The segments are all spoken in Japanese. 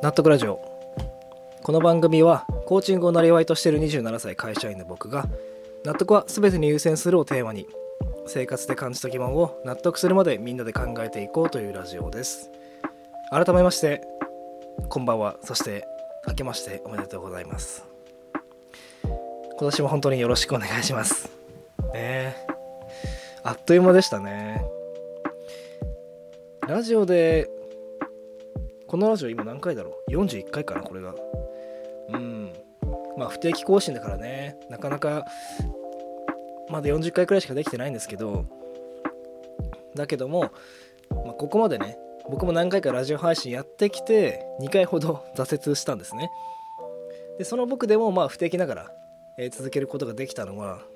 納得ラジオ。この番組はコーチングをなりわいとしている27歳会社員の僕が、納得は全てに優先するをテーマに、生活で感じた疑問を納得するまでみんなで考えていこうというラジオです。改めましてこんばんは。そして明けましておめでとうございます。今年も本当によろしくお願いしますあっという間でしたね。ラジオで、このラジオ今何回だろう、41回かな、これが。まあ不定期更新だからね、なかなかまだ40回くらいしかできてないんですけど、だけども、ここまでね、僕も何回かラジオ配信やってきて2回ほど挫折したんですね。でその僕でも不定期ながら、続けることができたのは、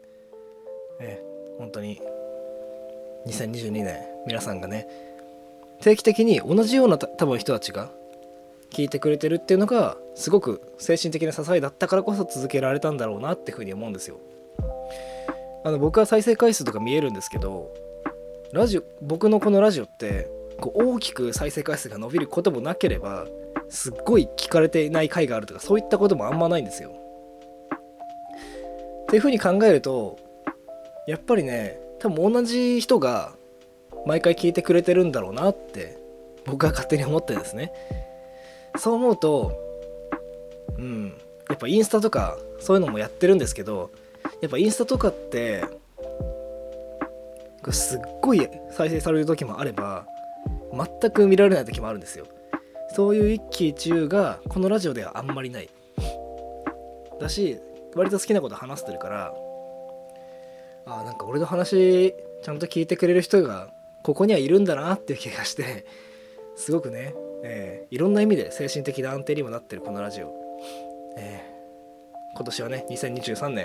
本当に2022年皆さんがね、定期的に同じような多分人たちが聞いてくれてるっていうのがすごく精神的な支えだったからこそ続けられたんだろうなっていうふうに思うんですよ。僕は再生回数とか見えるんですけど、僕のこのラジオって大きく再生回数が伸びることもなければ、すっごい聞かれていない回があるとか、そういったこともあんまないんですよ。っていうふうに考えると、やっぱりね、多分同じ人が毎回聞いてくれてるんだろうなって僕は勝手に思ってるんですね。そう思うと、やっぱインスタとかそういうのもやってるんですけど、やっぱインスタとかってすっごい再生される時もあれば、全く見られない時もあるんですよ。そういう一喜一憂がこのラジオではあんまりないだし、割と好きなこと話してるから、なんか俺の話ちゃんと聞いてくれる人がここにはいるんだなっていう気がして、すごくね、いろんな意味で精神的な安定にもなってるこのラジオ、今年はね2023年、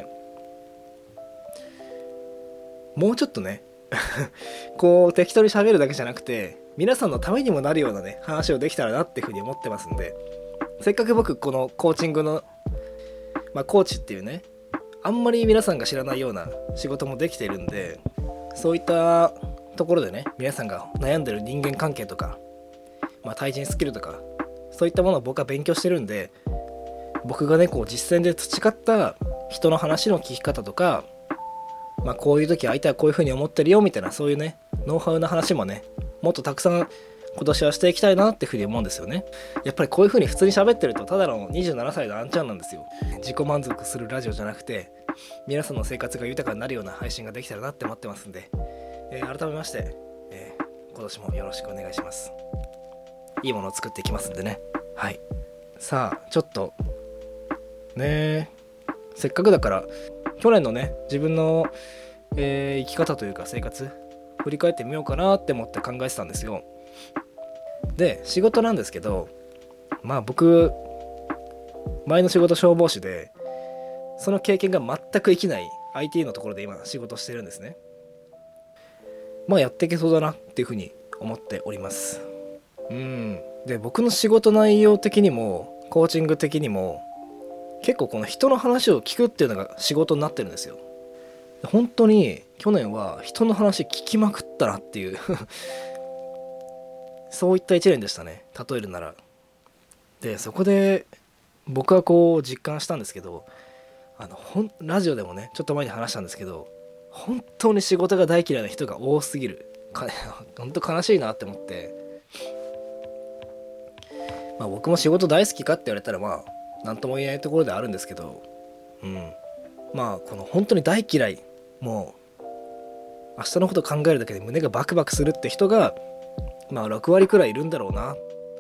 もうちょっとね適当に喋るだけじゃなくて、皆さんのためにもなるようなね話をできたらなっていうふうに思ってますんで、せっかく僕このコーチングの、コーチっていうね、あんまり皆さんが知らないような仕事もできているんで、そういったところでね、皆さんが悩んでる人間関係とか、対人スキルとか、そういったものを僕は勉強してるんで、僕がね実践で培った人の話の聞き方とか、こういう時相手はこういう風に思ってるよみたいな、そういうねノウハウな話もね、もっとたくさん今年はしていきたいなっていう風に思うんですよね。やっぱりこういう風に普通に喋ってるとただの27歳のあんちゃんなんですよ。自己満足するラジオじゃなくて、皆さんの生活が豊かになるような配信ができたらなって思ってますんで、改めまして、今年もよろしくお願いします。いいものを作っていきますんでね。はい。さあちょっとね、せっかくだから去年のね自分の、生き方というか生活振り返ってみようかなって思って考えてたんですよ。で仕事なんですけど、僕前の仕事消防士で、その経験が全く生きない IT のところで今仕事してるんですね。やっていけそうだなっていうふうに思っております。で僕の仕事内容的にもコーチング的にも結構この人の話を聞くっていうのが仕事になってるんですよ。本当に去年は人の話聞きまくったなっていうそういった一年でしたね、例えるなら。でそこで僕は実感したんですけど、ラジオでもねちょっと前に話したんですけど、本当に仕事が大嫌いな人が多すぎる本当悲しいなって思って、僕も仕事大好きかって言われたら何とも言えないところではあるんですけど、この本当に大嫌い、もう明日のこと考えるだけで胸がバクバクするって人が6割くらいいるんだろうな、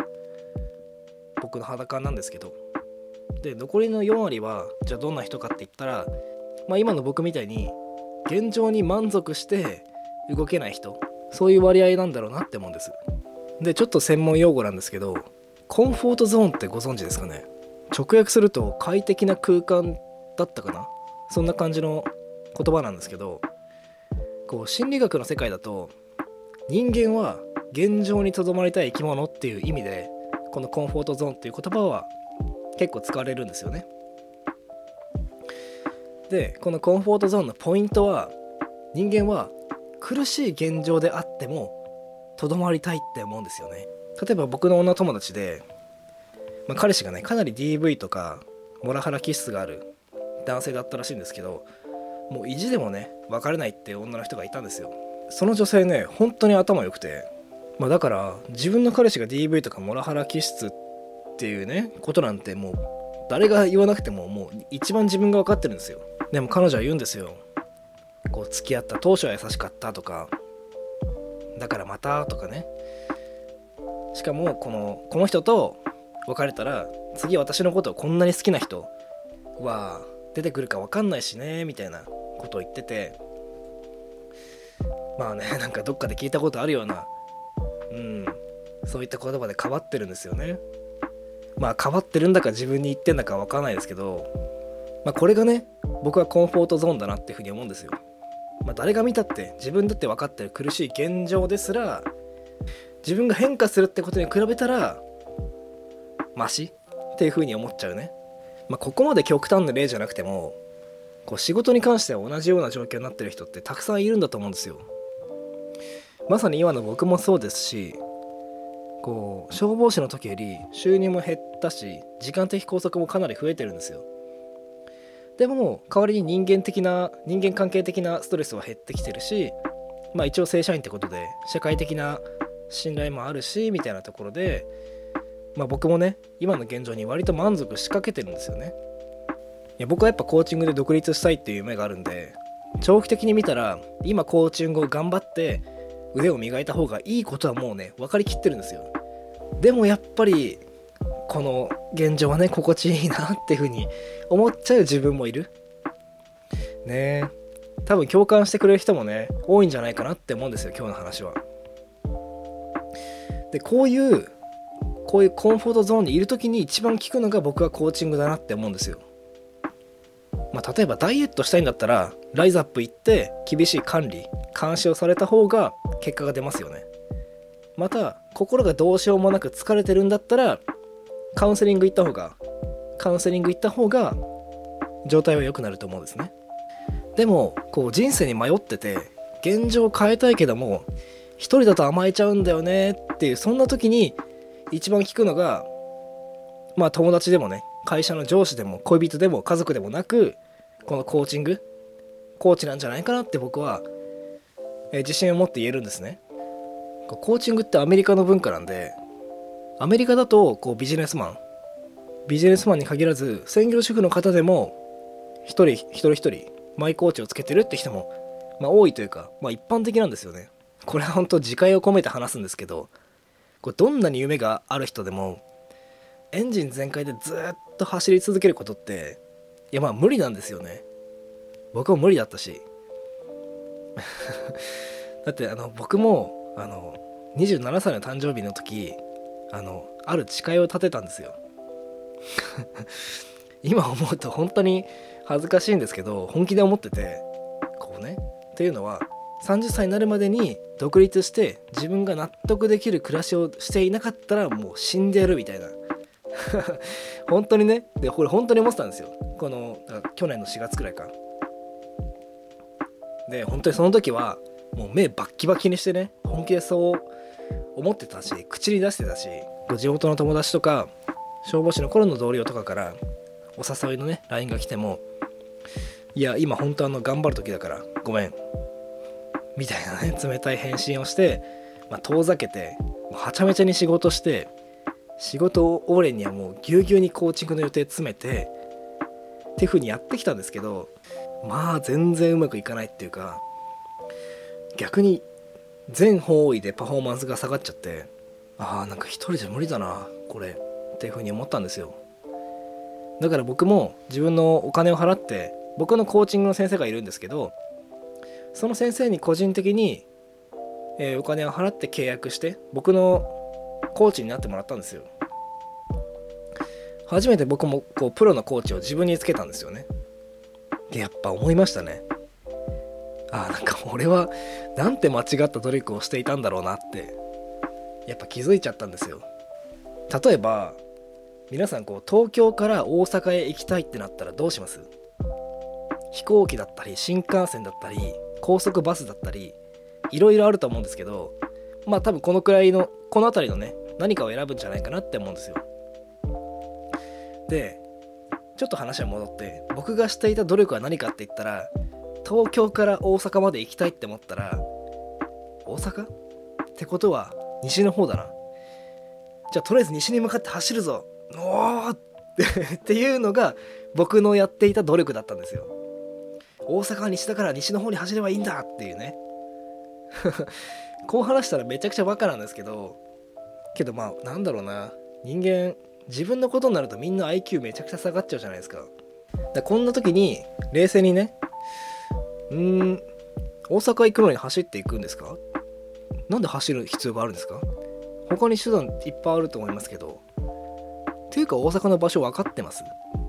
僕の肌感なんですけど。で残りの4割はじゃあどんな人かって言ったら、今の僕みたいに現状に満足して動けない人、そういう割合なんだろうなって思うんです。でちょっと専門用語なんですけど、コンフォートゾーンってご存知ですかね。直訳すると快適な空間だったかな、そんな感じの言葉なんですけど、心理学の世界だと人間は現状にとどまりたい生き物っていう意味で、このコンフォートゾーンっていう言葉は結構使われるんですよね。でこのコンフォートゾーンのポイントは、人間は苦しい現状であってもとどまりたいって思うんですよね。例えば僕の女友達で彼氏がねかなり DV とかモラハラ気質がある男性だったらしいんですけど、もう意地でもね別れないっていう女の人がいたんですよ。その女性ね本当に頭良くて、だから自分の彼氏が DV とかモラハラ気質っていうねことなんてもう誰が言わなくてももう一番自分が分かってるんですよ。でも彼女は言うんですよ。こう付き合った当初は優しかったとか、だからまたとかね。しかもこの人と別れたら次私のことをこんなに好きな人は出てくるか分かんないしねみたいなことを言ってて、なんかどっかで聞いたことあるようなそういった言葉でかばってるんですよね。かばってるんだか自分に言ってんだか分かんないですけど、これがね僕はコンフォートゾーンだなっていうふうに思うんですよ。誰が見たって自分だって分かってる苦しい現状ですら、自分が変化するってことに比べたらマシっていうふうに思っちゃうね。ここまで極端な例じゃなくても仕事に関しては同じような状況になってる人ってたくさんいるんだと思うんですよ。まさに今の僕もそうですし、消防士の時より収入も減ったし時間的拘束もかなり増えてるんですよ。でも代わりに人間関係的なストレスは減ってきてるし、一応正社員ってことで社会的な信頼もあるしみたいなところで、僕もね今の現状に割と満足しかけてるんですよね。僕はやっぱコーチングで独立したいっていう夢があるんで、長期的に見たら今コーチングを頑張って腕を磨いた方がいいことはもうね分かりきってるんですよ。でもやっぱりこの現状はね心地いいなっていう風に思っちゃう自分もいるね。多分共感してくれる人もね多いんじゃないかなって思うんですよ、今日の話は。でこういうコンフォートゾーンにいる時に一番効くのが僕はコーチングだなって思うんですよ。例えばダイエットしたいんだったらライズアップ行って厳しい監視をされた方が結果が出ますよね。また心がどうしようもなく疲れてるんだったらカウンセリング行った方が状態は良くなると思うんですね。でも人生に迷ってて現状を変えたいけども一人だと甘えちゃうんだよねっていう、そんな時に一番効くのが友達でもね会社の上司でも恋人でも家族でもなく、このコーチなんじゃないかなって僕は自信を持って言えるんですね。コーチングってアメリカの文化なんで、アメリカだとビジネスマンに限らず専業主婦の方でも一人マイコーチをつけてるって人も多いというか、一般的なんですよね。これは本当自戒を込めて話すんですけど、どんなに夢がある人でもエンジン全開でずっと走り続けることって無理なんですよね。僕も無理だったしだって僕も27歳の誕生日の時ある誓いを立てたんですよ今思うと本当に恥ずかしいんですけど、本気で思っててっていうのは30歳になるまでに独立して自分が納得できる暮らしをしていなかったらもう死んでやるみたいな本当にね。でこれ本当に思ってたんですよ。去年の4月くらいかで、本当にその時はもう目バッキバキにしてね本気でそう思ってたし口に出してたし、地元の友達とか消防士の頃の同僚とかからお誘いのね LINE が来ても、いや今本当頑張る時だからごめんみたいなね冷たい返信をして、遠ざけてはちゃめちゃに仕事して、仕事を終わりにはもうぎゅうぎゅうにコーチングの予定詰めてっていう風にやってきたんですけど、全然うまくいかないっていうか、逆に全方位でパフォーマンスが下がっちゃって、なんか一人じゃ無理だなこれっていう風に思ったんですよ。だから僕も自分のお金を払って、僕のコーチングの先生がいるんですけど、その先生に個人的に、お金を払って契約して僕のコーチになってもらったんですよ。初めて僕もプロのコーチを自分につけたんですよね。でやっぱ思いましたね。なんか俺はなんて間違った努力をしていたんだろうなってやっぱ気づいちゃったんですよ。例えば皆さん東京から大阪へ行きたいってなったらどうします？飛行機だったり新幹線だったり高速バスだったりいろいろあると思うんですけど、多分この辺りのね何かを選ぶんじゃないかなって思うんですよ。 でちょっと話は戻って、僕がしていた努力は何かって言ったら、東京から大阪まで行きたいって思ったら、大阪ってことは西の方だな、じゃあとりあえず西に向かって走るぞ、おーっていうのが僕のやっていた努力だったんですよ。大阪は西だから西の方に走ればいいんだっていうねこう話したらめちゃくちゃバカなんですけど、まあなんだろうな、人間自分のことになるとみんな IQ めちゃくちゃ下がっちゃうじゃないですか。こんな時に冷静にね、大阪行くのに走っていくんですか？なんで走る必要があるんですか？他に手段いっぱいあると思いますけど、っていうか大阪の場所分かってます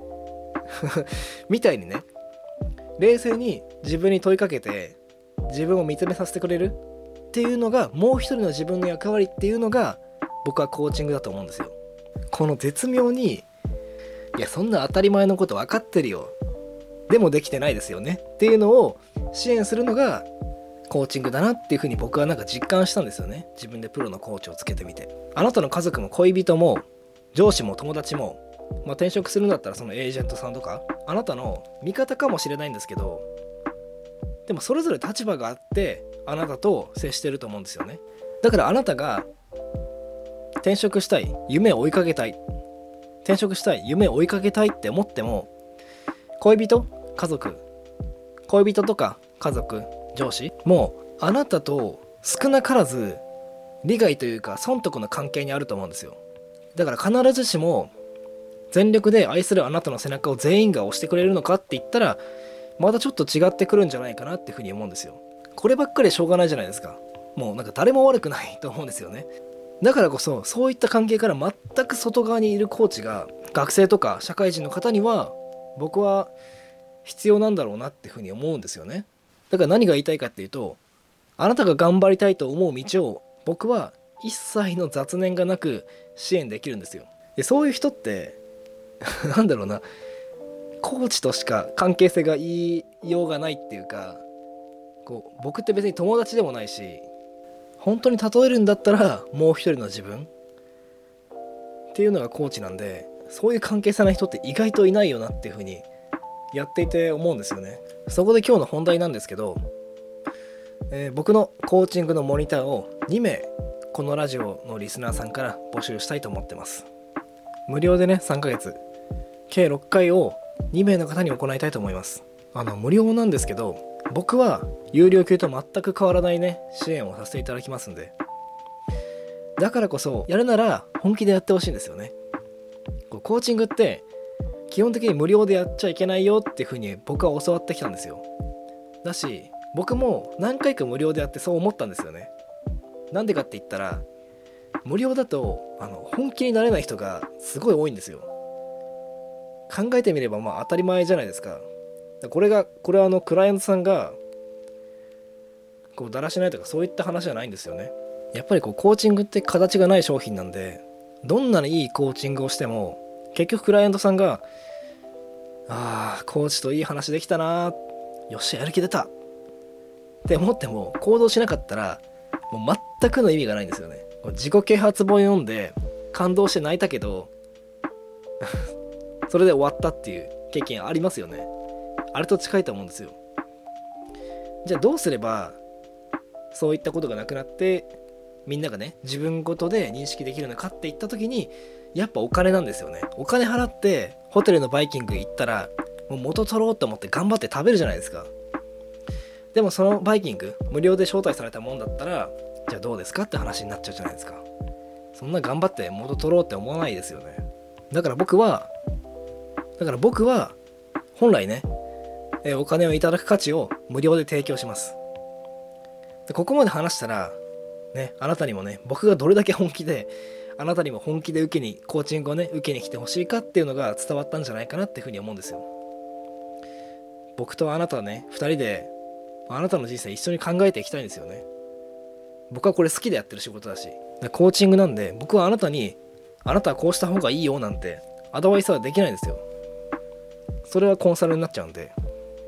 みたいにね、冷静に自分に問いかけて自分を認めさせてくれるっていうのが、もう一人の自分の役割っていうのが僕はコーチングだと思うんですよ。この絶妙に、いやそんな当たり前のこと分かってるよ、でもできてないですよねっていうのを支援するのがコーチングだなっていうふうに僕はなんか実感したんですよね。自分でプロのコーチをつけてみて、あなたの家族も恋人も上司も友達も、転職するんだったらそのエージェントさんとかあなたの味方かもしれないんですけど、でもそれぞれ立場があってあなたと接してると思うんですよね。だからあなたが転職したい、夢を追いかけたい、転職したい、夢を追いかけたいって思っても、恋人とか家族、上司もうあなたと少なからず利害というか損得の関係にあると思うんですよ。だから必ずしも全力で愛するあなたの背中を全員が押してくれるのかって言ったら、またちょっと違ってくるんじゃないかなっていうふうに思うんですよ。こればっかりしょうがないじゃないですか。もうなんか誰も悪くないと思うんですよね。だからこそそういった関係から全く外側にいるコーチが学生とか社会人の方には僕は必要なんだろうなっていうふうに思うんですよね。だから何が言いたいかっていうと、あなたが頑張りたいと思う道を僕は一切の雑念がなく支援できるんですよ。でそういう人ってなんだろうな、コーチとしか関係性が言いようがないっていうか、僕って別に友達でもないし、本当に例えるんだったらもう一人の自分っていうのがコーチなんで、そういう関係性な人って意外といないよなっていう風にやっていて思うんですよね。そこで今日の本題なんですけど、僕のコーチングのモニターを2名このラジオのリスナーさんから募集したいと思ってます。無料でね、3ヶ月計6回を2名の方に行いたいと思います。無料なんですけど、僕は有料級と全く変わらないね支援をさせていただきますんで、だからこそやるなら本気でやってほしいんですよね。コーチングって基本的に無料でやっちゃいけないよっていう風に僕は教わってきたんですよ。だし僕も何回か無料でやってそう思ったんですよね。なんでかって言ったら、無料だと本気になれない人がすごい多いんですよ。考えてみれば当たり前じゃないですか。これはクライアントさんがだらしないとかそういった話じゃないんですよね。やっぱりコーチングって形がない商品なんで、どんなにいいコーチングをしても結局クライアントさんがコーチといい話できたな、よっしゃやる気出たって思っても行動しなかったらもう全くの意味がないんですよね。自己啓発本読んで感動して泣いたけどそれで終わったっていう経験ありますよね。あれと近いと思うんですよ。じゃあどうすればそういったことがなくなってみんながね自分ごとで認識できるのかっていった時に、やっぱお金なんですよね。お金払ってホテルのバイキング行ったらもう元取ろうと思って頑張って食べるじゃないですか。でもそのバイキング無料で招待されたもんだったら、じゃあどうですかって話になっちゃうじゃないですか。そんな頑張って元取ろうって思わないですよね。だから僕は本来ねお金をいただく価値を無料で提供します。でここまで話したらね、あなたにもね、僕がどれだけ本気であなたにも本気でコーチングをね受けに来てほしいかっていうのが伝わったんじゃないかなっていうふうに思うんですよ。僕とあなたはね2人であなたの人生一緒に考えていきたいんですよね。僕はこれ好きでやってる仕事だし、コーチングなんで僕はあなたにあなたはこうした方がいいよなんてアドバイスはできないんですよ。それはコンサルになっちゃうんで。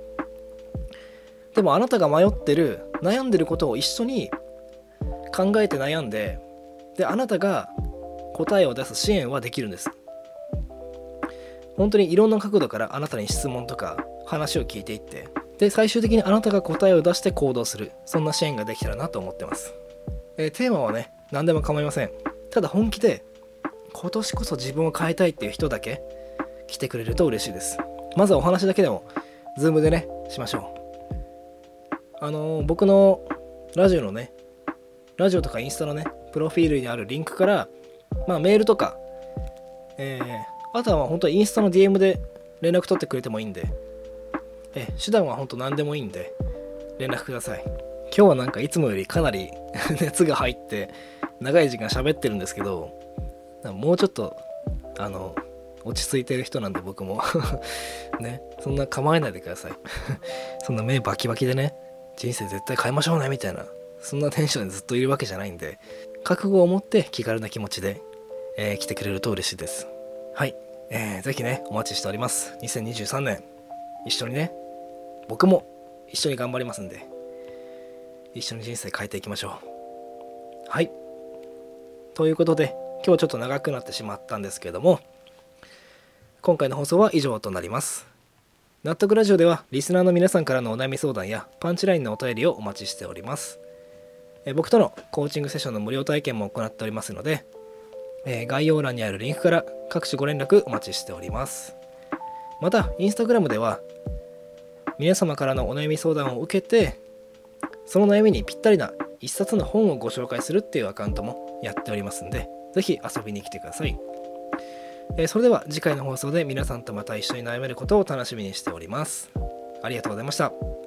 でもあなたが悩んでることを一緒に考えて悩んで、あなたが答えを出す支援はできるんです。 本当にいろんな角度からあなたに質問とか話を聞いていって、で最終的にあなたが答えを出して行動する、そんな支援ができたらなと思ってます。テーマはね何でも構いません。ただ本気で今年こそ自分を変えたいっていう人だけ来てくれると嬉しいです。まずはお話だけでもズームでねしましょう。僕のラジオとかインスタのねプロフィールにあるリンクから、メールとか、あとは本当にインスタの DM で連絡取ってくれてもいいんで、手段は本当何でもいいんで連絡ください。今日はなんかいつもよりかなり熱が入って長い時間喋ってるんですけど、もうちょっと落ち着いてる人なんで僕もね、そんな構えないでくださいそんな目バキバキでね人生絶対変えましょうねみたいな、そんなテンションでずっといるわけじゃないんで、覚悟を持って気軽な気持ちで、来てくれると嬉しいです。はい、ぜひねお待ちしております。2023年一緒にね、僕も一緒に頑張りますんで、一緒に人生変えていきましょう。はい、ということで今日ちょっと長くなってしまったんですけれども、今回の放送は以上となります。納得ラジオではリスナーの皆さんからのお悩み相談やパンチラインのお便りをお待ちしております。僕とのコーチングセッションの無料体験も行っておりますので、概要欄にあるリンクから各種ご連絡お待ちしております。またインスタグラムでは皆様からのお悩み相談を受けて、その悩みにぴったりな一冊の本をご紹介するっていうアカウントもやっておりますんで、ぜひ遊びに来てください。それでは次回の放送で皆さんとまた一緒に悩めることを楽しみにしております。ありがとうございました。